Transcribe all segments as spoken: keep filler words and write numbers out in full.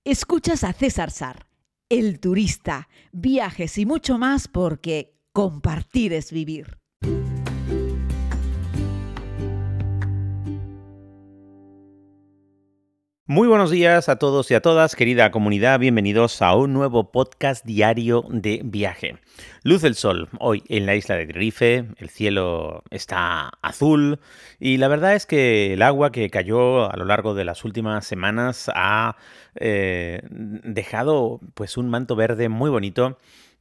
Escuchas a César Sar, el turista, viajes y mucho más porque compartir es vivir. Muy buenos días a todos y a todas, querida comunidad. Bienvenidos a un nuevo podcast diario de viaje. Luz del sol hoy en la isla de Tenerife, el cielo está azul y la verdad es que el agua que cayó a lo largo de las últimas semanas ha eh, dejado pues un manto verde muy bonito.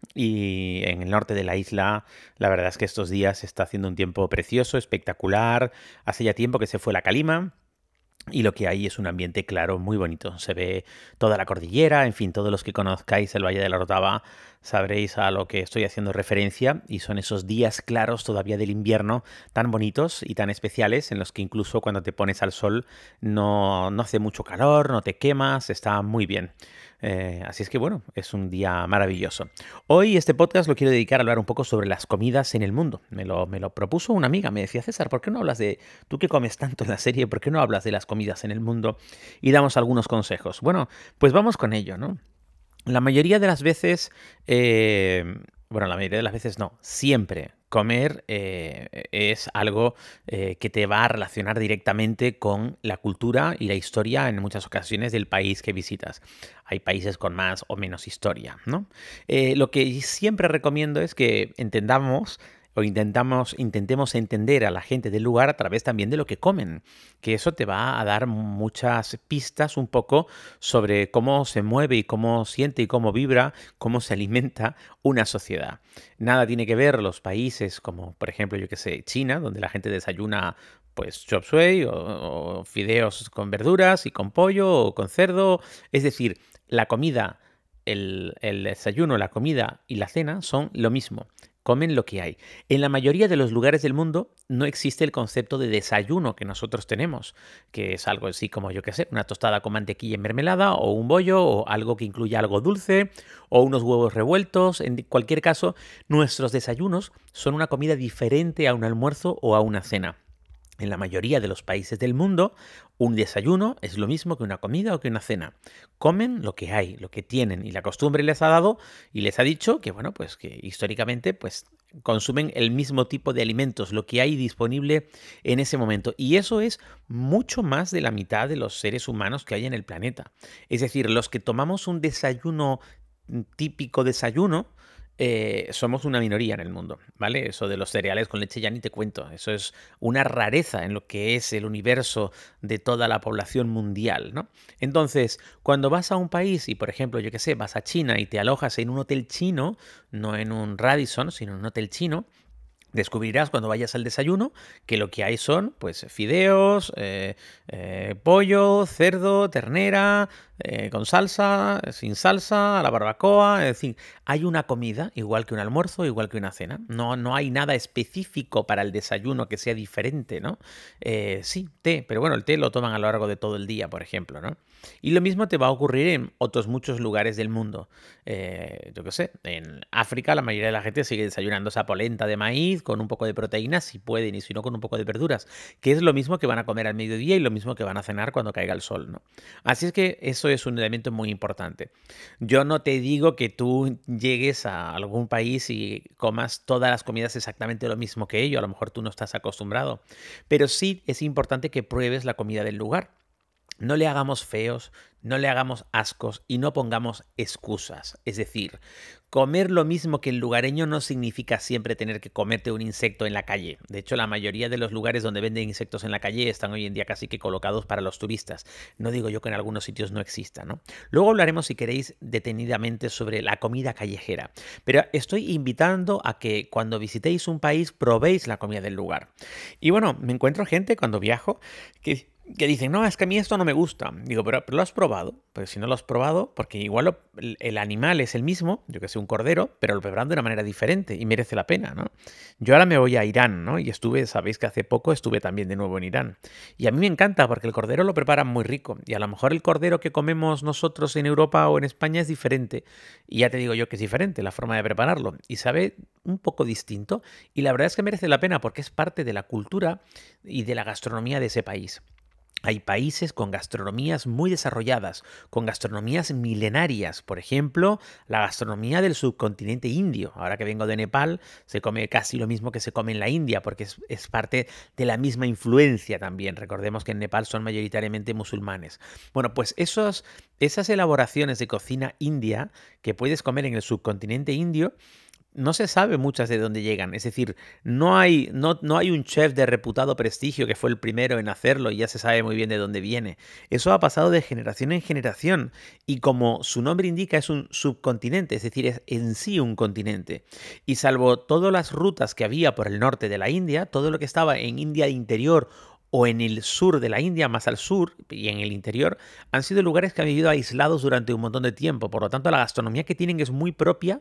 Y en el norte de la isla, la verdad es que estos días está haciendo un tiempo precioso, espectacular. Hace ya tiempo que se fue la calima. Y lo que hay es un ambiente claro, muy bonito. Se ve toda la cordillera, en fin, todos los que conozcáis el Valle de la Orotava sabréis a lo que estoy haciendo referencia y son esos días claros todavía del invierno tan bonitos y tan especiales en los que incluso cuando te pones al sol no, no hace mucho calor, no te quemas, está muy bien. Eh, así es que bueno, es un día maravilloso. Hoy este podcast lo quiero dedicar a hablar un poco sobre las comidas en el mundo. Me lo, me lo propuso una amiga, me decía, César, ¿por qué no hablas de, tú que comes tanto en la serie, ¿por qué no hablas de las comidas en el mundo? Y damos algunos consejos. Bueno, pues vamos con ello, ¿no? La mayoría de las veces, eh, bueno, la mayoría de las veces no, siempre comer eh, es algo eh, que te va a relacionar directamente con la cultura y la historia en muchas ocasiones del país que visitas. Hay países con más o menos historia, ¿no? Eh, lo que siempre recomiendo es que entendamos o intentamos, intentemos entender a la gente del lugar a través también de lo que comen, que eso te va a dar muchas pistas un poco sobre cómo se mueve y cómo siente y cómo vibra, cómo se alimenta una sociedad. Nada tiene que ver los países como, por ejemplo, yo que sé, China, donde la gente desayuna pues chop suey o, o fideos con verduras y con pollo o con cerdo. Es decir, la comida, el, el desayuno, la comida y la cena son lo mismo. Comen lo que hay. En la mayoría de los lugares del mundo no existe el concepto de desayuno que nosotros tenemos, que es algo así como, yo qué sé, una tostada con mantequilla y mermelada, o un bollo, o algo que incluya algo dulce, o unos huevos revueltos. En cualquier caso, nuestros desayunos son una comida diferente a un almuerzo o a una cena. En la mayoría de los países del mundo, un desayuno es lo mismo que una comida o que una cena. Comen lo que hay, lo que tienen, y la costumbre les ha dado y les ha dicho que, bueno, pues que históricamente, pues consumen el mismo tipo de alimentos, lo que hay disponible en ese momento. Y eso es mucho más de la mitad de los seres humanos que hay en el planeta. Es decir, los que tomamos un desayuno típico desayuno, eh, somos una minoría en el mundo, ¿vale? Eso de los cereales con leche ya ni te cuento. Eso es una rareza en lo que es el universo de toda la población mundial, ¿no? Entonces, cuando vas a un país y, por ejemplo, yo qué sé, vas a China y te alojas en un hotel chino, no en un Radisson, sino en un hotel chino, descubrirás cuando vayas al desayuno que lo que hay son pues fideos, eh, eh, pollo, cerdo, ternera, eh, con salsa, sin salsa, a la barbacoa, es decir, hay una comida igual que un almuerzo, igual que una cena. No, no hay nada específico para el desayuno que sea diferente, ¿no? Eh, sí, té, pero bueno, el té lo toman a lo largo de todo el día, por ejemplo, ¿no? Y lo mismo te va a ocurrir en otros muchos lugares del mundo. Eh, yo qué sé, en África la mayoría de la gente sigue desayunando esa polenta de maíz con un poco de proteínas, si pueden, y si no, con un poco de verduras, que es lo mismo que van a comer al mediodía y lo mismo que van a cenar cuando caiga el sol, ¿no? Así es que eso es un elemento muy importante. Yo no te digo que tú llegues a algún país y comas todas las comidas exactamente lo mismo que ellos, a lo mejor tú no estás acostumbrado, pero sí es importante que pruebes la comida del lugar. No le hagamos feos, no le hagamos ascos y no pongamos excusas. Es decir, comer lo mismo que el lugareño no significa siempre tener que comerte un insecto en la calle. De hecho, la mayoría de los lugares donde venden insectos en la calle están hoy en día casi que colocados para los turistas. No digo yo que en algunos sitios no exista, ¿no? Luego hablaremos, si queréis, detenidamente sobre la comida callejera. Pero estoy invitando a que cuando visitéis un país probéis la comida del lugar. Y bueno, me encuentro gente cuando viajo que que dicen, no, es que a mí esto no me gusta. Digo, pero, pero lo has probado. Pero si no lo has probado, porque igual lo, el animal es el mismo, yo que sé, un cordero, pero lo preparan de una manera diferente y merece la pena, ¿no? Yo ahora me voy a Irán, ¿no? Y estuve, sabéis que hace poco estuve también de nuevo en Irán. Y a mí me encanta porque el cordero lo preparan muy rico. Y a lo mejor el cordero que comemos nosotros en Europa o en España es diferente. Y ya te digo yo que es diferente la forma de prepararlo. Y sabe un poco distinto. Y la verdad es que merece la pena porque es parte de la cultura y de la gastronomía de ese país. Hay países con gastronomías muy desarrolladas, con gastronomías milenarias. Por ejemplo, la gastronomía del subcontinente indio. Ahora que vengo de Nepal, se come casi lo mismo que se come en la India, porque es, es parte de la misma influencia también. Recordemos que en Nepal son mayoritariamente musulmanes. Bueno, pues esos, esas elaboraciones de cocina india que puedes comer en el subcontinente indio, no se sabe muchas de dónde llegan. Es decir, no hay, no, no hay un chef de reputado prestigio que fue el primero en hacerlo y ya se sabe muy bien de dónde viene. Eso ha pasado de generación en generación y como su nombre indica es un subcontinente, es decir, es en sí un continente. Y salvo todas las rutas que había por el norte de la India, todo lo que estaba en India interior o en el sur de la India, más al sur y en el interior, han sido lugares que han vivido aislados durante un montón de tiempo. Por lo tanto, la gastronomía que tienen es muy propia,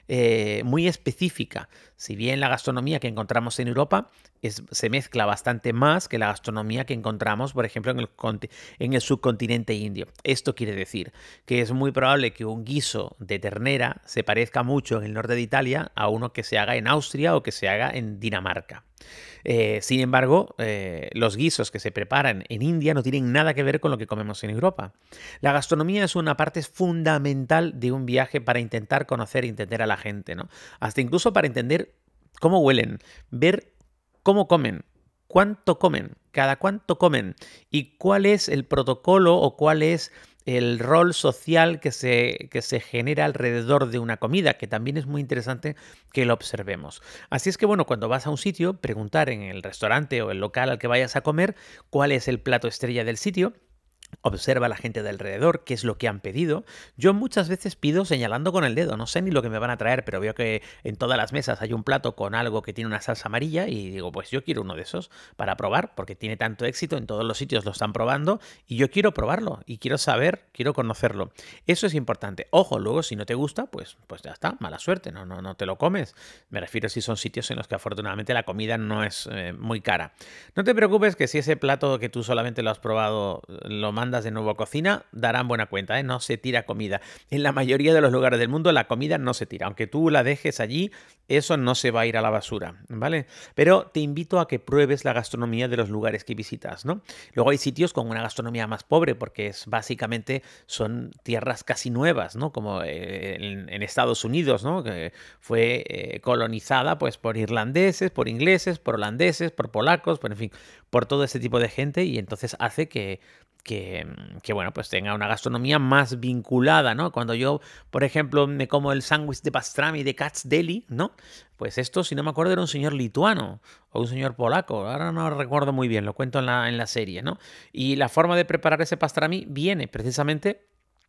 eh, muy específica. Si bien la gastronomía que encontramos en Europa es, se mezcla bastante más que la gastronomía que encontramos, por ejemplo, en el, en el subcontinente indio. Esto quiere decir que es muy probable que un guiso de ternera se parezca mucho en el norte de Italia a uno que se haga en Austria o que se haga en Dinamarca. Eh, sin embargo, eh, los guisos que se preparan en India no tienen nada que ver con lo que comemos en Europa. La gastronomía es una parte fundamental de un viaje para intentar conocer e entender a la gente, ¿no? Hasta incluso para entender cómo huelen, ver cómo comen, cuánto comen, cada cuánto comen y cuál es el protocolo o cuál es el rol social que se, que se genera alrededor de una comida, que también es muy interesante que lo observemos. Así es que, bueno, cuando vas a un sitio, preguntar en el restaurante o el local al que vayas a comer cuál es el plato estrella del sitio. Observa a la gente de alrededor, qué es lo que han pedido. Yo muchas veces pido señalando con el dedo, no sé ni lo que me van a traer, pero veo que en todas las mesas hay un plato con algo que tiene una salsa amarilla y digo, pues yo quiero uno de esos para probar, porque tiene tanto éxito, en todos los sitios lo están probando y yo quiero probarlo y quiero saber, quiero conocerlo. Eso es importante. Ojo, luego si no te gusta, pues, pues ya está, mala suerte, no, no, no te lo comes. Me refiero si son sitios en los que afortunadamente la comida no es eh, muy cara. No te preocupes que si ese plato que tú solamente lo has probado lo mandas de nuevo a cocina, darán buena cuenta, ¿eh? No se tira comida. En la mayoría de los lugares del mundo la comida no se tira. Aunque tú la dejes allí, eso no se va a ir a la basura, ¿vale? Pero te invito a que pruebes la gastronomía de los lugares que visitas, ¿no? Luego hay sitios con una gastronomía más pobre porque es básicamente son tierras casi nuevas, ¿no? Como eh, en, en Estados Unidos, ¿no? Que fue eh, colonizada pues por irlandeses, por ingleses, por holandeses, por polacos, por en fin, por todo ese tipo de gente y entonces hace que Que, que, bueno, pues tenga una gastronomía más vinculada, ¿no? Cuando yo, por ejemplo, me como el sándwich de pastrami de Katz Deli, ¿no? Pues esto, si no me acuerdo, era un señor lituano o un señor polaco, ahora no recuerdo muy bien, lo cuento en la, en la serie, ¿no? Y la forma de preparar ese pastrami viene precisamente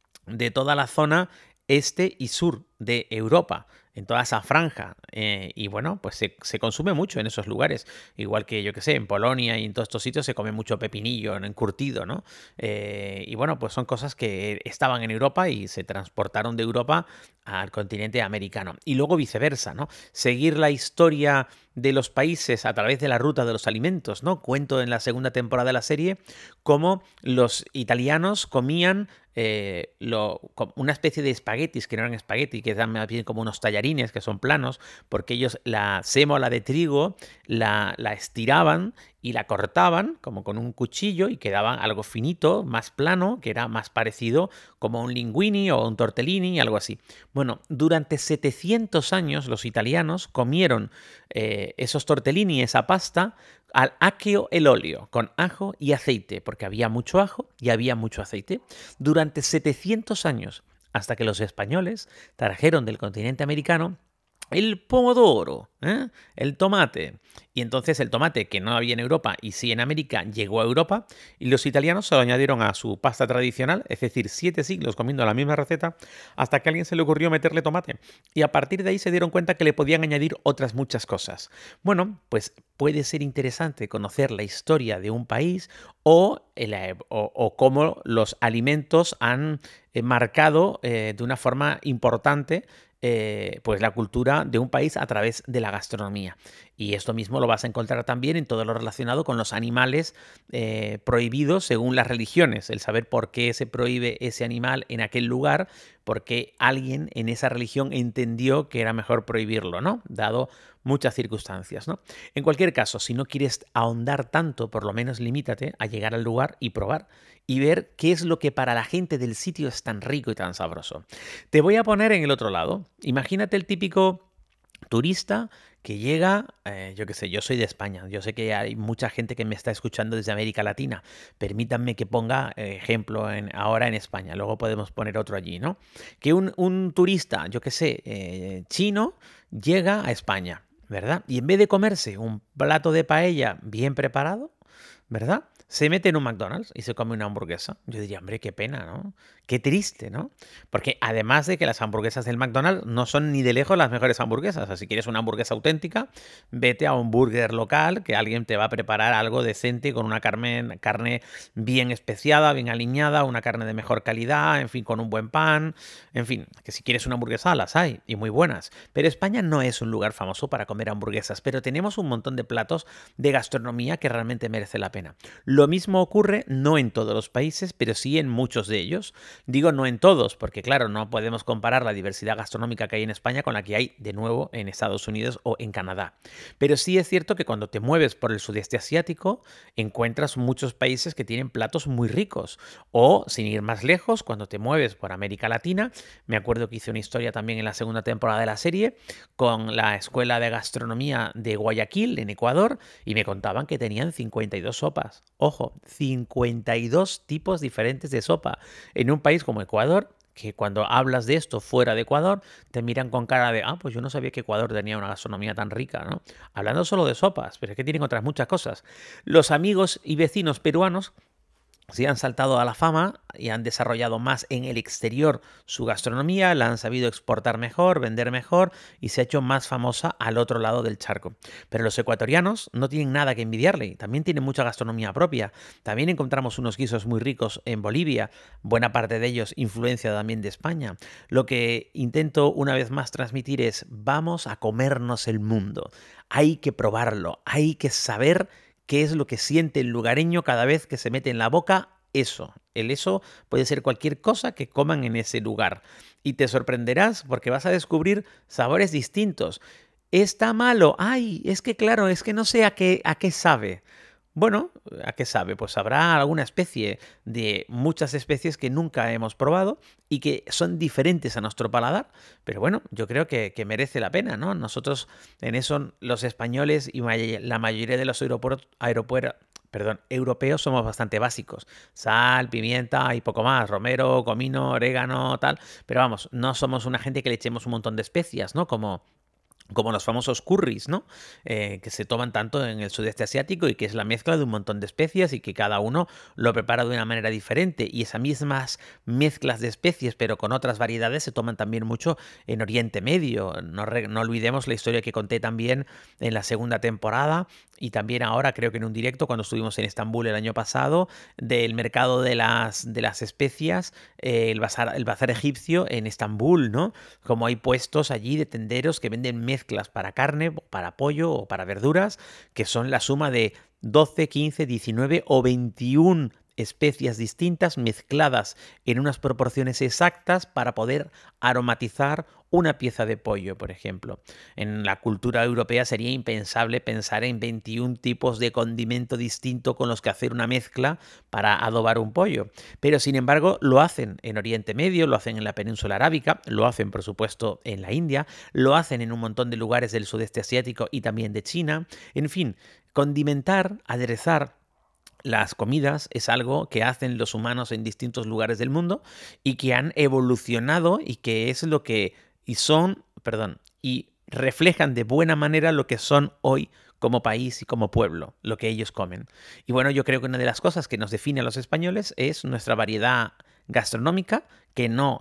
de toda la zona este y sur de Europa, en toda esa franja. Eh, y bueno, pues se, se consume mucho en esos lugares. Igual que, yo que sé, en Polonia y en todos estos sitios se come mucho pepinillo, ¿no? Encurtido, ¿no? Eh, y bueno, pues son cosas que estaban en Europa y se transportaron de Europa al continente americano. Y luego viceversa, ¿no? Seguir la historia de los países a través de la ruta de los alimentos, ¿no? Cuento en la segunda temporada de la serie cómo los italianos comían eh, lo, una especie de espaguetis, que no eran espaguetis, que eran más bien como unos tallarines, que son planos, porque ellos la sémola de trigo la, la estiraban y la cortaban como con un cuchillo y quedaba algo finito, más plano, que era más parecido como un linguini o un tortellini, algo así. Bueno, durante setecientos años los italianos comieron eh, esos tortellini, esa pasta, al acchio e olio, con ajo y aceite, porque había mucho ajo y había mucho aceite, durante setecientos años, hasta que los españoles trajeron del continente americano el pomodoro, ¿eh? El tomate. Y entonces el tomate, que no había en Europa y sí en América, llegó a Europa y los italianos se lo añadieron a su pasta tradicional, es decir, siete siglos comiendo la misma receta, hasta que a alguien se le ocurrió meterle tomate. Y a partir de ahí se dieron cuenta que le podían añadir otras muchas cosas. Bueno, pues puede ser interesante conocer la historia de un país o, el, o, o cómo los alimentos han eh, marcado eh, de una forma importante Eh, pues la cultura de un país a través de la gastronomía. Y esto mismo lo vas a encontrar también en todo lo relacionado con los animales eh, prohibidos según las religiones. El saber por qué se prohíbe ese animal en aquel lugar, porque alguien en esa religión entendió que era mejor prohibirlo, ¿no? Dado muchas circunstancias, ¿no? En cualquier caso, si no quieres ahondar tanto, por lo menos limítate a llegar al lugar y probar y ver qué es lo que para la gente del sitio es tan rico y tan sabroso. Te voy a poner en el otro lado. Imagínate el típico turista que llega, eh, yo qué sé, yo soy de España, yo sé que hay mucha gente que me está escuchando desde América Latina, permítanme que ponga eh, ejemplo en, ahora en España, luego podemos poner otro allí, ¿no? Que un, un turista, yo qué sé, eh, chino, llega a España, ¿verdad? Y en vez de comerse un plato de paella bien preparado, ¿verdad? Se mete en un McDonald's y se come una hamburguesa. Yo diría, hombre, qué pena, ¿no? Qué triste, ¿no? Porque además de que las hamburguesas del McDonald's no son ni de lejos las mejores hamburguesas. O sea, si quieres una hamburguesa auténtica, vete a un burger local que alguien te va a preparar algo decente con una carne, carne bien especiada, bien aliñada, una carne de mejor calidad, en fin, con un buen pan. En fin, que si quieres una hamburguesa las hay y muy buenas. Pero España no es un lugar famoso para comer hamburguesas, pero tenemos un montón de platos de gastronomía que realmente merece la pena. Lo mismo ocurre no en todos los países, pero sí en muchos de ellos. Digo no en todos, porque claro, no podemos comparar la diversidad gastronómica que hay en España con la que hay de nuevo en Estados Unidos o en Canadá. Pero sí es cierto que cuando te mueves por el sudeste asiático, encuentras muchos países que tienen platos muy ricos. O, sin ir más lejos, cuando te mueves por América Latina, me acuerdo que hice una historia también en la segunda temporada de la serie con la Escuela de Gastronomía de Guayaquil, en Ecuador, y me contaban que tenían cincuenta y dos sopas. Ojo, cincuenta y dos tipos diferentes de sopa en un país como Ecuador, que cuando hablas de esto fuera de Ecuador, te miran con cara de, ah, pues yo no sabía que Ecuador tenía una gastronomía tan rica, ¿no? Hablando solo de sopas, pero es que tienen otras muchas cosas. Los amigos y vecinos peruanos sí han saltado a la fama y han desarrollado más en el exterior su gastronomía, la han sabido exportar mejor, vender mejor y se ha hecho más famosa al otro lado del charco. Pero los ecuatorianos no tienen nada que envidiarle, también tienen mucha gastronomía propia. También encontramos unos guisos muy ricos en Bolivia, buena parte de ellos influencia también de España. Lo que intento una vez más transmitir es, vamos a comernos el mundo. Hay que probarlo, hay que saber qué es lo que siente el lugareño cada vez que se mete en la boca eso. El eso puede ser cualquier cosa que coman en ese lugar. Y te sorprenderás porque vas a descubrir sabores distintos. ¿Está malo? Ay, es que claro, es que no sé a qué, a qué sabe. Bueno, ¿a qué sabe? Pues habrá alguna especie de muchas especies que nunca hemos probado y que son diferentes a nuestro paladar, pero bueno, yo creo que, que merece la pena, ¿no? Nosotros en eso, los españoles y may- la mayoría de los aeropuertos, aeropuertos perdón, europeos somos bastante básicos. Sal, pimienta y poco más, romero, comino, orégano, tal, pero vamos, no somos una gente que le echemos un montón de especias, ¿no? Como como los famosos curries, ¿no? Eh, que se toman tanto en el sudeste asiático y que es la mezcla de un montón de especias y que cada uno lo prepara de una manera diferente. Y esas mismas mezclas de especies, pero con otras variedades, se toman también mucho en Oriente Medio. No, re, no olvidemos la historia que conté también en la segunda temporada y también ahora, creo que en un directo, cuando estuvimos en Estambul el año pasado, del mercado de las, de las especias, eh, el, bazar, el bazar egipcio en Estambul, ¿no? Como hay puestos allí de tenderos que venden mezclas para carne, para pollo o para verduras, que son la suma de doce, quince, diecinueve o veintiuna especias distintas mezcladas en unas proporciones exactas para poder aromatizar una pieza de pollo, por ejemplo. En la cultura europea sería impensable pensar en veintiún tipos de condimento distinto con los que hacer una mezcla para adobar un pollo. Pero sin embargo lo hacen en Oriente Medio, lo hacen en la península arábica, lo hacen por supuesto en la India, lo hacen en un montón de lugares del sudeste asiático y también de China. En fin, condimentar, aderezar las comidas es algo que hacen los humanos en distintos lugares del mundo y que han evolucionado y que es lo que y son, perdón, y reflejan de buena manera lo que son hoy como país y como pueblo, lo que ellos comen. Y bueno, yo creo que una de las cosas que nos define a los españoles es nuestra variedad gastronómica, que no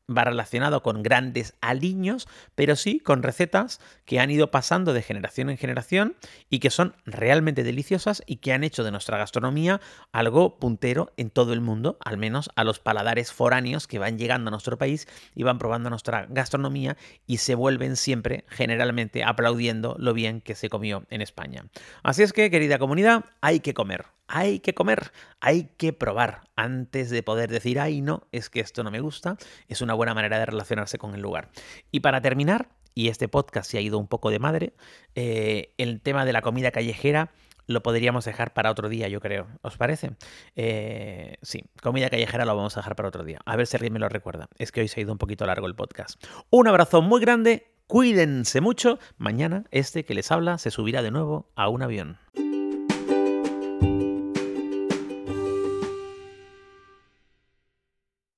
va relacionado con grandes aliños, pero sí con recetas que han ido pasando de generación en generación y que son realmente deliciosas y que han hecho de nuestra gastronomía algo puntero en todo el mundo, al menos a los paladares foráneos que van llegando a nuestro país y van probando nuestra gastronomía y se vuelven siempre, generalmente, aplaudiendo lo bien que se comió en España. Así es que, querida comunidad, hay que comer. Hay que comer, hay que probar antes de poder decir, ay no, es que esto no me gusta. Es una buena manera de relacionarse con el lugar. Y para terminar, y este podcast se ha ido un poco de madre, eh, el tema de la comida callejera lo podríamos dejar para otro día, yo creo. ¿Os parece? Eh, sí, comida callejera lo vamos a dejar para otro día. A ver si alguien me lo recuerda. Es que hoy se ha ido un poquito largo el podcast. Un abrazo muy grande, cuídense mucho. Mañana este que les habla se subirá de nuevo a un avión.